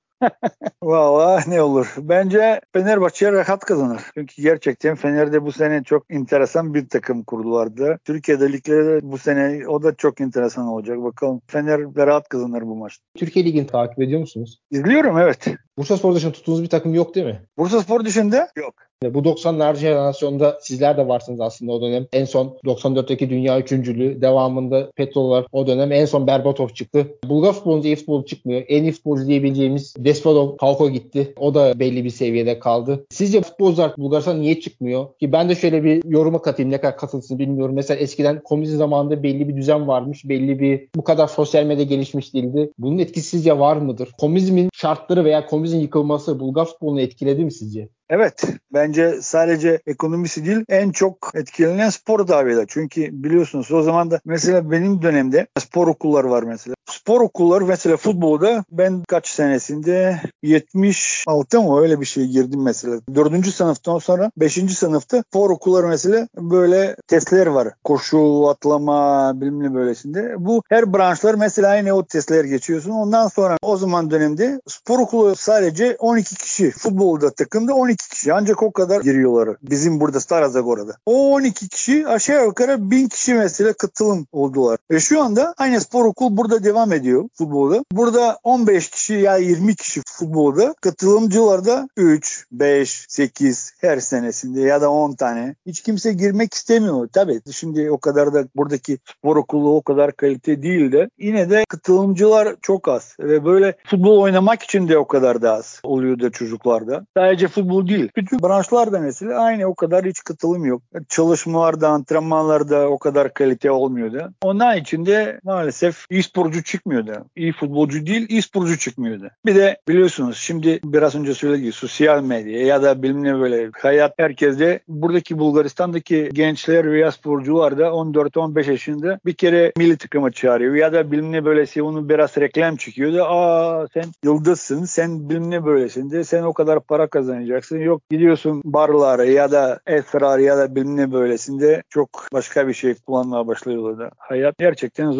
Valla ne olur. Bence Fenerbahçe rahat kazanır. Çünkü gerçekten Fener'de bu sene çok enteresan bir takım kurdulardı. Türkiye'de liglerde bu sene o da çok enteresan olacak. Bakalım Fener de rahat kazanır bu maçta. Türkiye Ligi'ni takip ediyor musunuz? İzliyorum evet. Bursaspor dışında tuttuğunuz bir takım yok değil mi? Bursaspor dışında yok. Bu doksanlar jenerasyonda sizler de varsınız aslında o dönem. En son doksan dörtteki dünya üçüncülüğü devamında Petrol var. O dönem en son Berbatov çıktı. Bulgar futbolunca iyi futbolcu çıkmıyor. En iyi futbolcu diyebileceğimiz Despodov Palko gitti. O da belli bir seviyede kaldı. Sizce futbolcular Bulgaristan niye çıkmıyor? Ki ben de şöyle bir yoruma katayım. Ne kadar katılsın bilmiyorum. Mesela eskiden komünizm zamanında belli bir düzen varmış. Belli bir bu kadar sosyal medya gelişmiş değildi. Bunun etkisi sizce var mıdır? Komünizmin şartları veya komünizmin yıkılması Bulgar futbolunu etkiledi mi sizce? Evet, bence sadece ekonomisi değil en çok etkilenen spor daviyle. Çünkü biliyorsunuz o zaman da mesela benim dönemde spor okulları var mesela. Spor okulları mesela futbolda ben kaç senesinde yetmiş altı mı öyle bir şey girdim mesela. dördüncü sınıftan sonra beşinci sınıfta spor okulları mesela böyle testler var. Koşu, atlama bilmem böylesinde. Bu her branşlar mesela aynı o testler geçiyorsun. Ondan sonra o zaman dönemde spor okulu sadece on iki kişi futbolda takımda on iki kişi ancak o kadar giriyorlar. Bizim burada Stara Zagora'da. O on iki kişi aşağı yukarı bin kişi mesela katılım oldular. Ve şu anda aynı spor okul burada devam ediyor futbolda. Burada on beş kişi ya yirmi kişi futbolda. Katılımcılarda üç, beş, sekiz her senesinde ya da on tane. Hiç kimse girmek istemiyor. Tabii şimdi o kadar da buradaki spor okulu o kadar kalite değil de yine de katılımcılar çok az. Ve böyle futbol oynamak için de o kadar da az oluyor da çocuklarda. Sadece futbol değil. Bütün branşlarda mesela aynı o kadar hiç katılım yok. Çalışmalarda, antrenmanlarda o kadar kalite olmuyordu. Ondan için de maalesef iyi sporcu çıkmıyordu. İyi futbolcu değil, iyi sporcu çıkmıyordu. Bir de biliyorsunuz şimdi biraz önce söylediğim sosyal medya ya da bilmem böyle hayat herkeste buradaki Bulgaristan'daki gençler veya sporcular da on dört on beş yaşında bir kere milli takıma çağırıyor ya da bilmem böylesi onu biraz reklam çıkıyor da aa sen yıldızsın, sen bilmem böylesin de sen o kadar para kazanacaksın. Yok gidiyorsun barlara ya da esrar ya da bilmem böylesinde çok başka bir şey kullanmaya başlıyorlar da. Hayat gerçekten zor.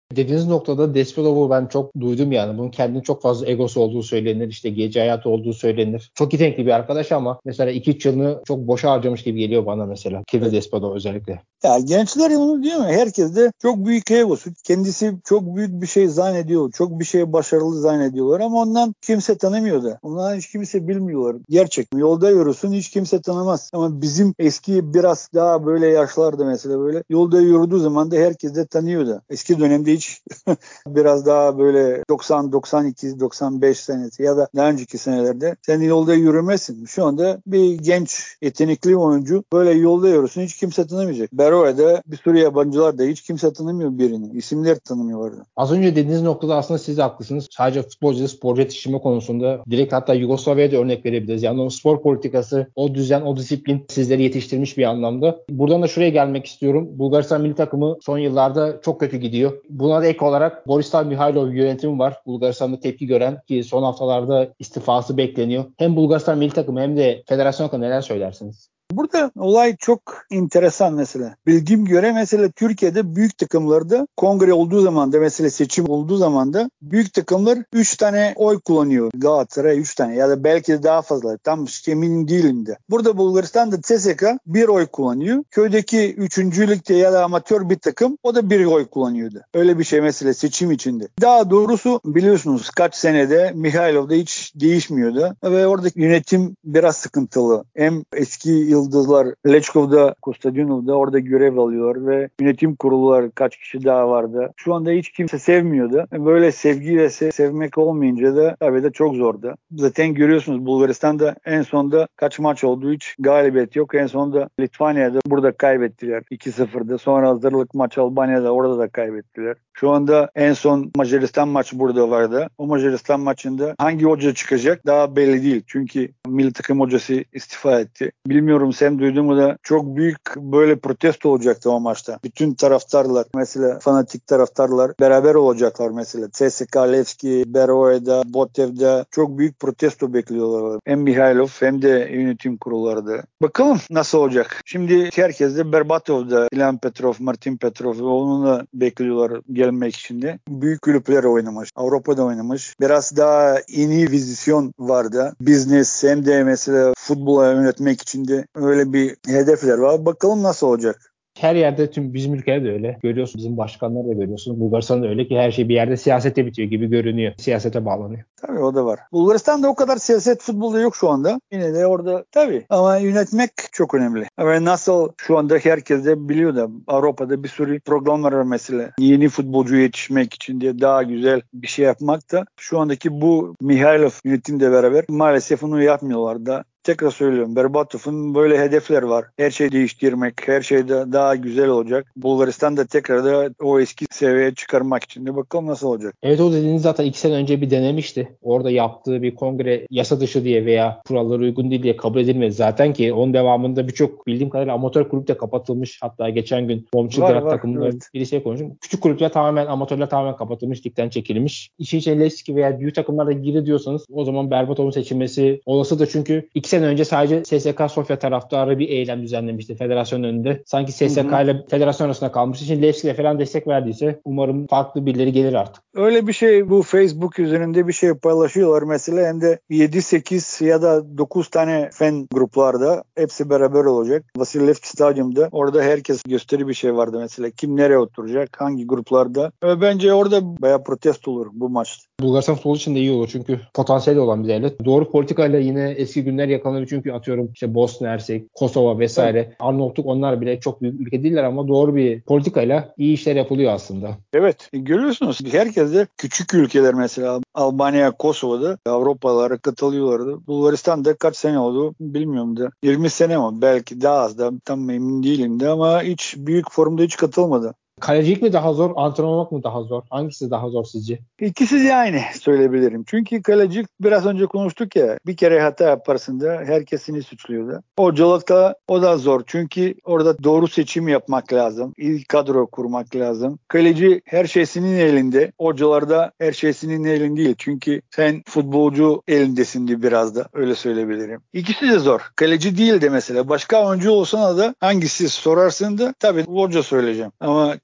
Dediğiniz noktada Despotov'u ben çok duydum yani. Bunun kendine çok fazla egosu olduğu söylenir. İşte gece hayatı olduğu söylenir. Çok yetenekli bir arkadaş ama mesela iki üç yılını çok boşa harcamış gibi geliyor bana mesela. Kirill Despotov özellikle. Ya gençler bunu diyor mu? Herkes de çok büyük egosu. Kendisi çok büyük bir şey zannediyor. Çok bir şey başarılı zannediyorlar ama ondan kimse tanımıyor da. Ondan hiç kimse bilmiyorlar. Gerçek. Yolda yürüsün hiç kimse tanımaz. Ama bizim eski biraz daha böyle yaşlarda mesela böyle yolda yürüdüğü zaman da herkes de tanıyordu. Eski dönemde hiç biraz daha böyle doksan, doksan iki, doksan beş senesi ya da daha önceki senelerde sen yolda yürümezsin. Şu anda bir genç yetenekli oyuncu böyle yolda yürüsün hiç kimse tanımayacak. Beroe'de bir sürü yabancılar da hiç kimse tanımıyor birini. İsimler tanımıyorlardı. Az önce dediğiniz noktada aslında siz de haklısınız. Sadece futbolcu, sporcu yetiştirme konusunda direkt hatta Yugoslavya'ya da örnek verebiliriz. Yani o spor politikası, o düzen, o disiplin sizleri yetiştirmiş bir anlamda. Buradan da şuraya gelmek istiyorum. Bulgaristan milli takımı son yıllarda çok kötü gidiyor. Buna da ek olarak Borislav Mihailov yönetimi var. Bulgaristan'da tepki gören ki son haftalarda istifası bekleniyor. Hem Bulgaristan milli takımı hem de federasyon hakkında neler söylersiniz? Burada olay çok enteresan mesela. Bildiğim göre mesela Türkiye'de büyük takımlarda kongre olduğu zaman da mesela seçim olduğu zaman da büyük takımlar üç tane oy kullanıyor. Galatasaray üç tane ya da belki de daha fazla. Tam emin değilim de. Burada Bulgaristan'da C S K bir oy kullanıyor. Köydeki üçüncülükte ya da amatör bir takım o da bir oy kullanıyordu. Öyle bir şey mesela seçim içinde. Daha doğrusu biliyorsunuz kaç senede Mihailov'da hiç değişmiyordu. Ve oradaki yönetim biraz sıkıntılı. Hem eski yıldızlar Lechkov'da, Kostadyonov'da orada görev alıyorlar ve yönetim kurulları kaç kişi daha vardı. Şu anda hiç kimse sevmiyordu. Böyle sevgi ve se- sevmek olmayınca da tabii de çok zordu. Zaten görüyorsunuz Bulgaristan'da en sonda kaç maç oldu hiç galibiyet yok. En sonda Litvanya'da burada kaybettiler iki sıfırda. Sonra hazırlık maç Albanya'da orada da kaybettiler. Şu anda en son Macaristan maçı burada vardı. O Macaristan maçında hangi hoca çıkacak daha belli değil. Çünkü milli takım hocası istifa etti. Bilmiyorum sen duydun mu da çok büyük böyle protesto olacaktı o maçta. Bütün taraftarlar mesela fanatik taraftarlar beraber olacaklar mesela. C S K A, Levski, Beroe'da, Botev'de çok büyük protesto bekliyorlar. Hem Mihailov hem de yönetim kurulları. Bakalım nasıl olacak. Şimdi herkes de Berbatov'da, Ilan Petrov, Martin Petrov onunla bekliyorlar gelmek için de. Büyük kulüpler oynamış. Avrupa'da oynamış. Biraz daha yeni vizyon vardı. Business hem de mesela futbola yönetmek için de öyle bir hedefler var. Bakalım nasıl olacak. Her yerde tüm bizim ülkede de öyle. Görüyorsunuz bizim başkanlar da görüyorsunuz. Bulgaristan'da öyle ki her şey bir yerde siyasete bitiyor gibi görünüyor. Siyasete bağlanıyor. Tabii o da var. Bulgaristan'da o kadar siyaset futbolda yok şu anda. Yine de orada tabii. Ama yönetmek çok önemli. Ama nasıl şu anda herkes de biliyor da Avrupa'da bir sürü programlar var mesela. Yeni futbolcu yetişmek için diye daha güzel bir şey yapmak da şu andaki bu Mihailov yönetimle beraber maalesef onu yapmıyorlar da. Tekrar söylüyorum. Berbatov'un böyle hedefler var. Her şeyi değiştirmek, her şeyde daha güzel olacak. Bulgaristan'da tekrar da o eski seviyeye çıkarmak için de bakalım nasıl olacak. Evet o dediğiniz zaten iki sene önce bir denemişti. Orada yaptığı bir kongre yasa dışı diye veya kurallara uygun değil diye kabul edilmedi. Zaten ki onun devamında birçok bildiğim kadarıyla amatör kulüp de kapatılmış. Hatta geçen gün Momçilgrad takımında evet. birisiyle konuştum. Küçük kulüpler tamamen amatörler tamamen kapatılmış, ligden çekilmiş. İşin içine Levski veya büyük takımlarda girdi diyorsanız o zaman Berbatov'un seçilmesi olasıdır. Çünkü iki sene önce sadece C S K A Sofya taraftarı bir eylem düzenlemişti federasyon önünde. Sanki C S K A ile federasyon arasında kalmıştı. Şimdi Levski'ye falan destek verdiyse umarım farklı birileri gelir artık. Öyle bir şey bu Facebook üzerinde bir şey paylaşıyorlar mesela hem de yedi sekiz ya da dokuz tane fan gruplarda hepsi beraber olacak. Vasilevski Stadyum'da orada herkes gösteri bir şey vardı mesela. Kim nereye oturacak, hangi gruplarda. Ve bence orada bayağı protesto olur bu maçta. Bulgaristan futbolu için de iyi olur çünkü potansiyeli olan bir devlet. Doğru politikayla yine eski günler yakalanır çünkü atıyorum işte Bosna Hersek, Kosova vesaire. Evet. Arnavutluk onlar bile çok büyük ülke değiller ama doğru bir politikayla iyi işler yapılıyor aslında. Evet görüyorsunuz herkes de küçük ülkeler mesela Albanya, Kosova'da Avrupalılara katılıyorlardı. Bulgaristan'da kaç sene oldu bilmiyorum da yirmi sene mi belki daha az da tam emin değilim de ama hiç büyük forumda hiç katılmadı. Kalecilik mi daha zor, antrenör olmak mı daha zor? Hangisi daha zor sizce? İkisi de aynı söyleyebilirim. Çünkü kaleci biraz önce konuştuk ya bir kere hata yaparsın da herkesini suçluyordu. Hocalıkta o da zor. Çünkü orada doğru seçim yapmak lazım. İyi kadro kurmak lazım. Kaleci her şey senin elinde. Hocalarda her şey senin elinde değil. Çünkü sen futbolcu elindesin biraz da öyle söyleyebilirim. İkisi de zor. Kaleci değil de mesela başka oyuncu olsana da hangisi sorarsın da tabii hoca söyleyeceğim. Ama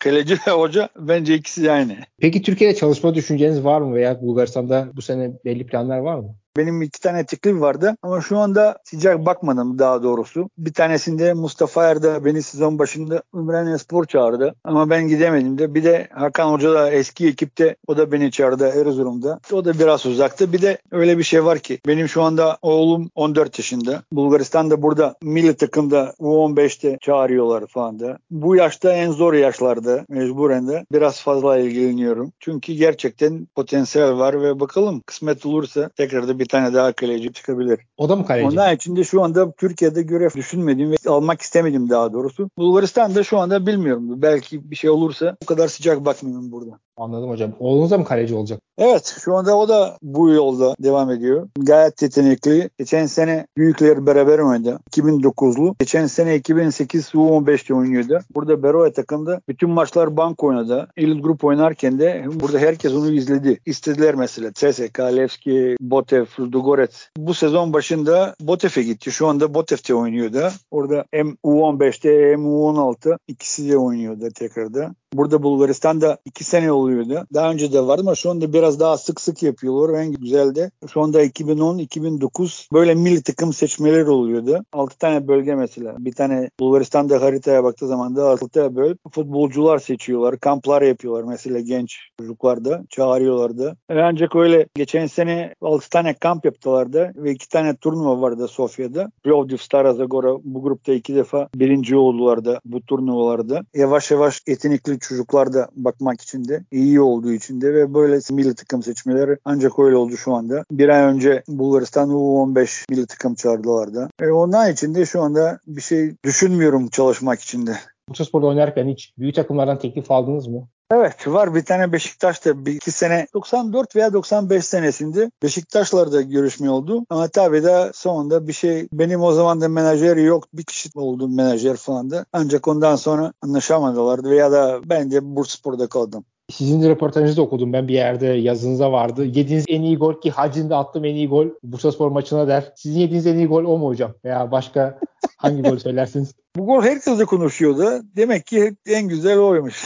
Kaleci ve hoca bence ikisi de aynı. Peki Türkiye'de çalışma düşünceniz var mı veya Bulgaristan'da bu sene belli planlar var mı? Benim iki tane teklif vardı ama şu anda sıcak bakmadım daha doğrusu. Bir tanesinde Mustafa Erdağ beni sezon başında Ümraniye çağırdı ama ben gidemedim de. Bir de Hakan Hoca da eski ekipte, o da beni çağırdı Erzurum'da. O da biraz uzaktı. Bir de öyle bir şey var ki benim şu anda oğlum on dört yaşında. Bulgaristan'da burada milli takımda U on beşte çağırıyorlar falan da. Bu yaşta en zor yaşlarda mecburen de biraz fazla ilgileniyorum. Çünkü gerçekten potansiyel var ve bakalım kısmet olursa tekrar da bir tane daha kaleci çıkabilir. O da mı kaleci? Onun için de şu anda Türkiye'de görev düşünmedim ve almak istemedim daha doğrusu. Bulgaristan'da şu anda bilmiyorum. Belki bir şey olursa o kadar sıcak bakmıyorum burada. Anladım hocam. Oğlunuz da mı kaleci olacak? Evet, şu anda o da bu yolda devam ediyor. Gayet yetenekli. Geçen sene büyükler beraber oynadı. iki bin dokuzlu. Geçen sene iki bin sekiz U on beşte oynuyordu. Burada Beroe takımda bütün maçlar bank oynadı. Elit grup oynarken de burada herkes onu izledi. İstediler mesela. C S K A, Levski, Botev, Ludogorets. Bu sezon başında Botev'e gitti. Şu anda Botev'te oynuyordu. Orada hem U on beşte hem U on altı ikisi de oynuyordu tekrarda. Burada Bulgaristan'da iki sene oluyordu. Daha önce de vardı ama şu anda biraz daha sık sık yapıyorlar. En güzel de şu anda iki bin on iki bin dokuz böyle milli takım seçmeleri oluyordu. altı tane bölge mesela. Bir tane Bulgaristan'da haritaya baktığı zaman da altı böl futbolcular seçiyorlar. Kamplar yapıyorlar mesela genç çocuklarda. Çağırıyorlardı. E ancak öyle geçen sene altı tane kamp yaptılardı ve iki tane turnuva vardı Sofya'da. Plovdiv, Stara Zagora bu grupta iki defa birinci oldular da bu turnuvalarda. Yavaş yavaş yetenekli çocuklar da bakmak için de iyi olduğu için de ve böyle milli takım seçmeleri ancak öyle oldu şu anda. Bir ay önce Bulgaristan U on beş milli takım çağırdılar da. E ondan için de şu anda bir şey düşünmüyorum çalışmak için de. Bursaspor'da oynarken hiç büyük takımlardan teklif aldınız mı? Evet var, bir tane Beşiktaş'ta bir iki sene doksan dört veya doksan beş senesinde Beşiktaş'larda görüşme oldu. Ama tabii de sonunda bir şey, benim o zaman da menajeri yok, bir kişi oldu menajer falan da. Ancak ondan sonra anlaşamadılar veya da ben de Bursaspor'da kaldım. Sizin de röportajınızda okudum ben bir yerde, yazınıza vardı. Yediğiniz en iyi gol, ki Hacı'nın da attığım en iyi gol Bursaspor maçına der. Sizin yediğiniz en iyi gol o mu hocam? Veya başka hangi gol söylersiniz? Bu gol herkes de konuşuyordu. Demek ki en güzel oymuş.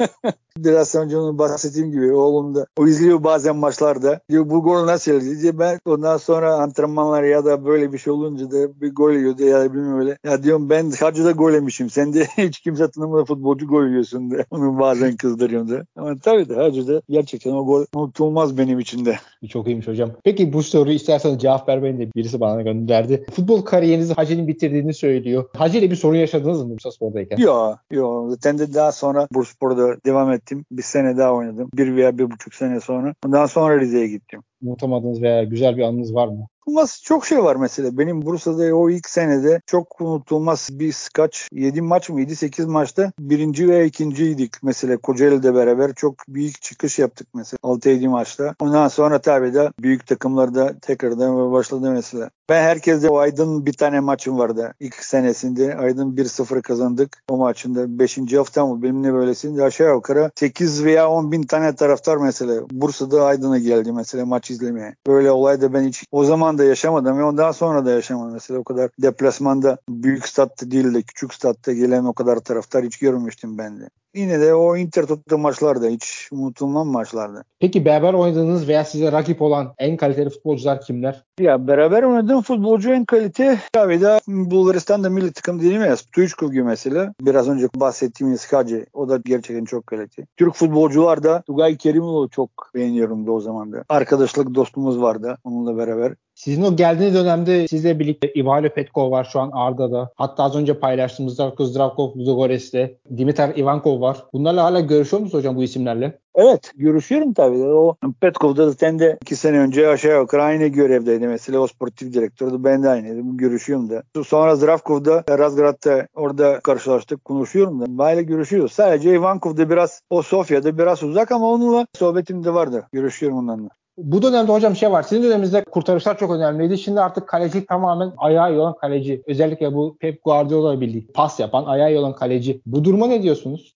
Biraz önce onu bahsettiğim gibi oğlum da o izliyor bazen maçlarda. Diyor bu gol nasıl geldi diye, ben ondan sonra antrenmanlar ya da böyle bir şey olunca da bir gol yiyordu ya da bilmem öyle. Ya diyorum ben Hacı'da gol yemişim. Sen de hiç kimse tanımadığı futbolcu gol yiyorsun de. Onu bazen kızdırıyorum da. Ama tabii de Hacı'da gerçekten o gol unutulmaz benim için de. Çok iyiymiş hocam. Peki bu soruyu isterseniz cevap vermeyin de birisi bana gönderdi. Futbol kariyerinizi Hacı'nın bitirdiğini söylüyor. Hacı ile bir sorun yaşadınız mı Bursaspor'dayken? Yok yok. Zaten de daha sonra Bursaspor'da devam ettim. Bir sene daha oynadım. Bir veya bir buçuk sene sonra. Ondan sonra Rize'ye gittim. Unutamadığınız veya güzel bir anınız var mı? Unutulmaz çok şey var mesela. Benim Bursa'da o ilk senede çok unutulmaz bir kaç yedi maç mı yedi sekiz maçta birinci ve ikinciydik. Mesela Kocaeli'de beraber çok büyük çıkış yaptık mesela altı yedi maçta. Ondan sonra tabii de büyük takımlarda tekrardan başladı mesela. Ben herkese o Aydın bir tane maçım vardı. İlk senesinde Aydın bir sıfır kazandık. O maçında beşinci hafta mı benimle böylesinde aşağı yukarı sekiz veya on bin tane taraftar mesela Bursa'da Aydın'a geldi mesela maç izlemeye. Böyle olay da ben hiç o zaman da yaşamadım ve ondan sonra da yaşamadım. Mesela o kadar deplasmanda büyük statta değil de küçük statta gelen o kadar taraftar hiç görmemiştim ben de. Yine de o Intertoto maçlarda hiç unutulmam maçlarda. Peki beraber oynadığınız veya size rakip olan en kaliteli futbolcular kimler? Ya beraber oynadığım futbolcu en kalite tabii de Bulgaristan'da milli takım değil mi? Stoichkov gibi mesela. Biraz önce bahsettiğimiz Hacı. O da gerçekten çok kalite. Türk futbolcular da Tugay Kerimoğlu çok beğeniyorum da o zaman da. Arkadaşlık dostumuz vardı onunla beraber. Sizin o geldiğiniz dönemde sizle birlikte Ivalo Petkov var şu an Arda'da. Hatta az önce paylaştığımız Darko Zdravkov Ludogores'te. Dimitar Ivankov var. Bunlarla hala görüşüyor musunuz hocam bu isimlerle? Evet, görüşüyorum tabii. O Petkov'da zaten de iki sene önce aşağı yukarı aynı görevdeydi. Mesela o sportif direktördü. Ben de aynıydım. Görüşüyorum da. Sonra Zdravkov'da Razgrad'da orada karşılaştık. Konuşuyorum da. Böyle görüşüyoruz. Sadece Ivankov'da biraz o Sofya'da biraz uzak ama onunla sohbetim de vardı. Görüşüyorum onlarla. Bu dönemde hocam şey var. Sizin döneminizde kurtarışlar çok önemliydi. Şimdi artık kaleci tamamen ayağı iyi olan kaleci. Özellikle bu Pep Guardiola bildiği pas yapan, ayağı iyi olan kaleci. Bu duruma ne diyorsunuz?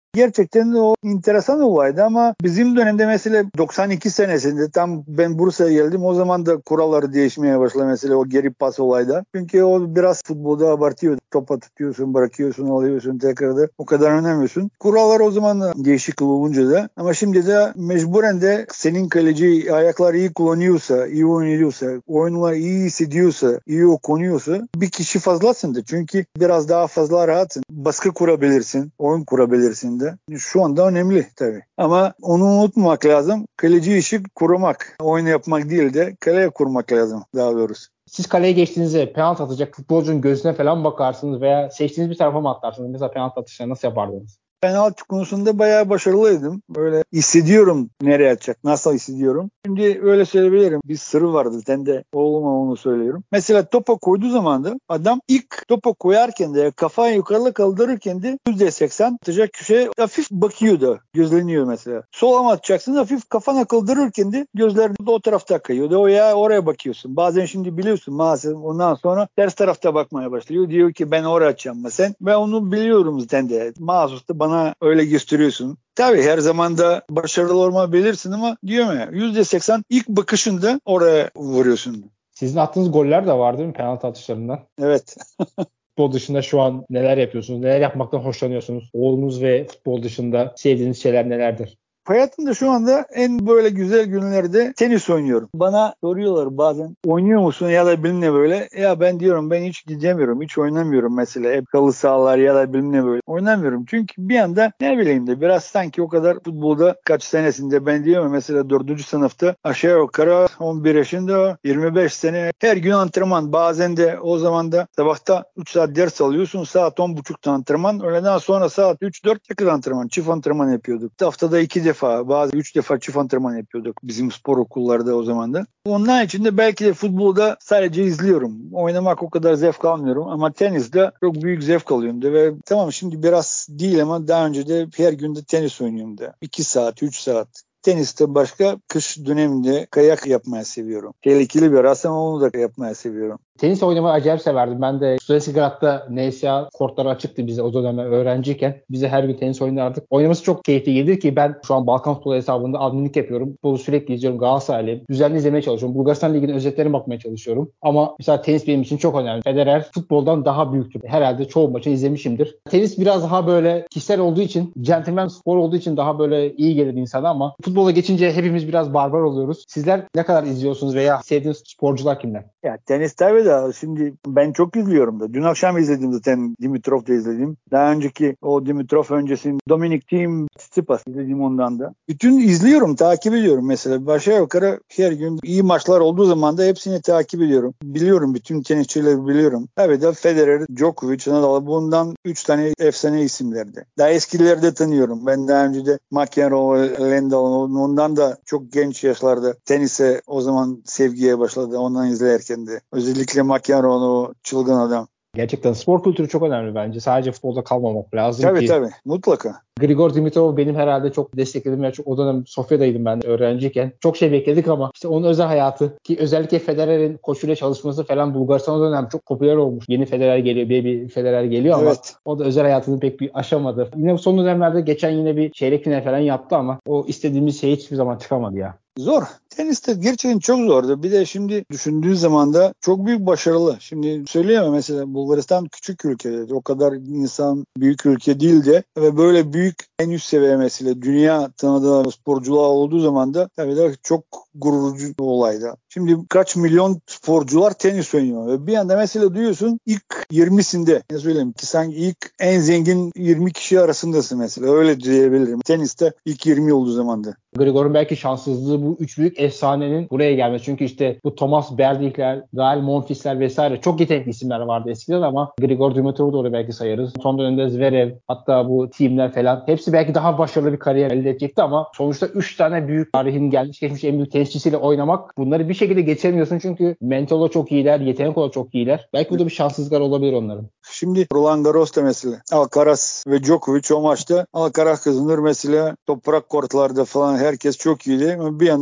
Gerçekten de o enteresan olaydı ama bizim dönemde mesela doksan iki senesinde tam ben Bursa'ya geldim. O zaman da kuralları değişmeye başladı mesela o geri pas olayda. Çünkü o biraz futbolda abartıyor. Topa tutuyorsun, bırakıyorsun, alıyorsun tekrarda. O kadar önemliyorsun. Kurallar o zaman da değişik olunca da. Ama şimdi de mecburen de senin kaleci ayakları iyi kullanıyorsa, iyi oynuyorsa, oyunlar iyi hissediyorsa, iyi okunuyorsa bir kişi fazlasındır. Çünkü biraz daha fazla rahatsın. Baskı kurabilirsin, oyun kurabilirsin de. Şu anda önemli tabii. Ama onu unutmamak lazım. Kaleci işi kurmak. Oyun yapmak değil de kaleye kurmak lazım daha doğrusu. Siz kaleye geçtiğinizde penaltı atacak futbolcunun gözüne falan bakarsınız veya seçtiğiniz bir tarafa mı atlarsınız? Mesela penaltı atışlarını nasıl yapardınız? Penaltı konusunda bayağı başarılıydım. Böyle hissediyorum nereye atacak, nasıl hissediyorum. Şimdi öyle söyleyebilirim. Bir sırrı vardı. Sen de oğluma onu söylüyorum. Mesela topa koyduğu zaman da adam ilk topa koyarken de kafayı yukarı kaldırırken de yüzde seksen atacak köşeye hafif bakıyordu. Gözleniyor mesela. Sola mı atacaksın? Hafif kafana kaldırırken de gözler de o tarafta kayıyordu. O ya oraya bakıyorsun. Bazen şimdi biliyorsun maalesef ondan sonra ters tarafta bakmaya başlıyor. Diyor ki ben oraya atacağım mı sen? Ben onu biliyorum zaten de. Mahsus da bana öyle gösteriyorsun. Tabii her zaman da başarılı olmayabilirsin ama diyorum ya yüzde seksen ilk bakışında oraya vuruyorsun. Sizin attığınız goller de var değil mi penaltı atışlarından? Evet. Futbol dışında şu an neler yapıyorsunuz? Neler yapmaktan hoşlanıyorsunuz? Oğlunuz ve futbol dışında sevdiğiniz şeyler nelerdir? Hayatımda şu anda en böyle güzel günlerde tenis oynuyorum. Bana soruyorlar bazen oynuyor musun ya da bilmem ne böyle. Ya ben diyorum ben hiç gidemiyorum, hiç oynamıyorum mesela. Hep kalı sahalar ya da bilmem ne böyle. Oynamıyorum çünkü bir anda ne bileyim de biraz sanki o kadar futbolda kaç senesinde ben diyorum mesela dördüncü sınıfta aşağı yukarı on bir yaşında yirmi beş sene her gün antrenman. Bazen de o zaman da sabahta üç saat ders alıyorsun saat on buçukta antrenman. Öğleden sonra saat üç dört tekrar antrenman. Çift antrenman yapıyorduk. Haftada iki defa bazı üç defa çift antrenman yapıyorduk bizim spor okullarda o zaman da. Onun içinde belki de futbolda sadece izliyorum. Oynamak o kadar zevk almıyorum ama teniste çok büyük zevk alıyorum da ve tamam şimdi biraz değil ama daha önce de her gün de tenis oynuyorum da. iki saat, üç saat. Teniste başka kış döneminde kayak yapmayı seviyorum. Tehlikeli biraz ama onu da yapmayı seviyorum. Tenis oynamayı acayip severdim. Ben de Studentsgrad'da N S A kortları açıktı bize o dönemler öğrenciyken. Bize her gün tenis oynardık. Oynaması çok keyifli geldi ki ben şu an Balkan Futbolu hesabında adminlik yapıyorum. Futbolu sürekli izliyorum. Galatasaraylıyım. Düzenli izlemeye çalışıyorum. Bulgaristan Ligi'nin özetlerine bakmaya çalışıyorum. Ama mesela tenis benim için çok önemli. Federer futboldan daha büyüktür. Herhalde çoğu maçı izlemişimdir. Tenis biraz daha böyle kişisel olduğu için, centilmen spor olduğu için daha böyle iyi gelir insana ama futbola geçince hepimiz biraz barbar oluyoruz. Sizler ne kadar izliyorsunuz veya sevdiğiniz sporcular kimler? Ya tenis tabii de şimdi ben çok izliyorum da. Dün akşam izledim zaten Dimitrov da izledim. Daha önceki o Dimitrov öncesinde Dominic Thiem Tsitsipas izledim ondan da. Bütün izliyorum, takip ediyorum mesela. Aşağı yukarı her gün iyi maçlar olduğu zaman da hepsini takip ediyorum. Biliyorum bütün tenisçileri biliyorum. Tabii de Federer, Djokovic, Nadal bundan üç tane efsane isimlerdi. Daha eskileri de tanıyorum. Ben daha önce de McEnroe, Lendl ondan da çok genç yaşlarda tenise o zaman sevgiye başladı. Ondan izlerken de. Özellikle McEnroe'nu çılgın adam. Gerçekten spor kültürü çok önemli bence. Sadece futbolda kalmamak lazım Tabii ki. tabii mutlaka. Grigor Dimitrov benim herhalde çok desteklediğim yer. O dönem Sofya'daydım ben öğrenciyken. Çok şey bekledik ama işte onun özel hayatı ki özellikle Federer'in koçuyla çalışması falan Bulgaristan o dönem çok popüler olmuş. Yeni Federer geliyor, baby Federer geliyor ama Evet. o da özel hayatını pek bir aşamadı. Yine son dönemlerde geçen yine bir çeyrek final falan yaptı ama o istediğimiz şey hiçbir zaman çıkamadı ya. Zor. Teniste gerçekten çok zordu. Bir de şimdi düşündüğün zaman da çok büyük başarılı. Şimdi söyleyemem mesela Bulgaristan küçük ülke. O kadar insan büyük ülke değildi. Ve böyle büyük en üst seviye mesela dünya tanıdığı sporcular olduğu zaman da tabii de çok gururucu bir olaydı. Şimdi kaç milyon sporcular tenis oynuyor. Ve bir anda mesela duyuyorsun ilk yirmisinde. Ne söyleyeyim ki sen ilk en zengin yirmi kişi arasındasın mesela. Öyle diyebilirim. Teniste ilk yirmi olduğu zamanda. Grigor'un belki şanssızlığı bu üç büyük efsanenin buraya gelmesi. Çünkü işte bu Thomas Berdik'ler, Gael Monfils'ler vesaire çok yetenekli isimler vardı eskiden ama Grigor Dimitrov'u da oraya belki sayarız. Son dönemde Zverev, hatta bu teamler falan hepsi belki daha başarılı bir kariyer elde edecekti ama sonuçta üç tane büyük tarihin gelmiş geçmiş en büyük tenisçisiyle oynamak bunları bir şekilde geçemiyorsun çünkü mental olarak çok iyiler, yetenek olarak çok iyiler. Belki bu da bir şanssızlıklar olabilir onların. Şimdi Roland Garros'ta mesela Alcaraz ve Djokovic o maçta Alcaraz kazanır mesela toprak kortlarda falan herkes çok iyiydi. Bir anda mesela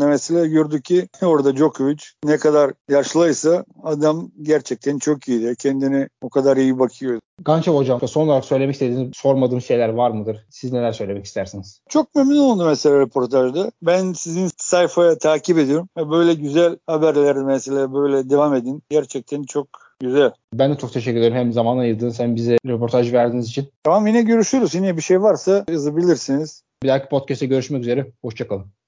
gördük ki orada Djokovic ne kadar yaşlıysa adam gerçekten çok iyiydi. Kendine o kadar iyi bakıyor. Gançev hocam, son olarak söylemek istediğiniz, sormadığım şeyler var mıdır? Siz neler söylemek istersiniz? Çok memnun oldum mesela röportajda. Ben sizin sayfaya takip ediyorum. Böyle güzel haberler mesela böyle devam edin. Gerçekten çok güzel. Ben de çok teşekkür ederim. Hem zaman ayırdınız hem bize röportaj verdiğiniz için. Tamam, yine görüşürüz. Yine bir şey varsa yazabilirsiniz. Bir dahaki podcast'te görüşmek üzere. Hoşça kalın.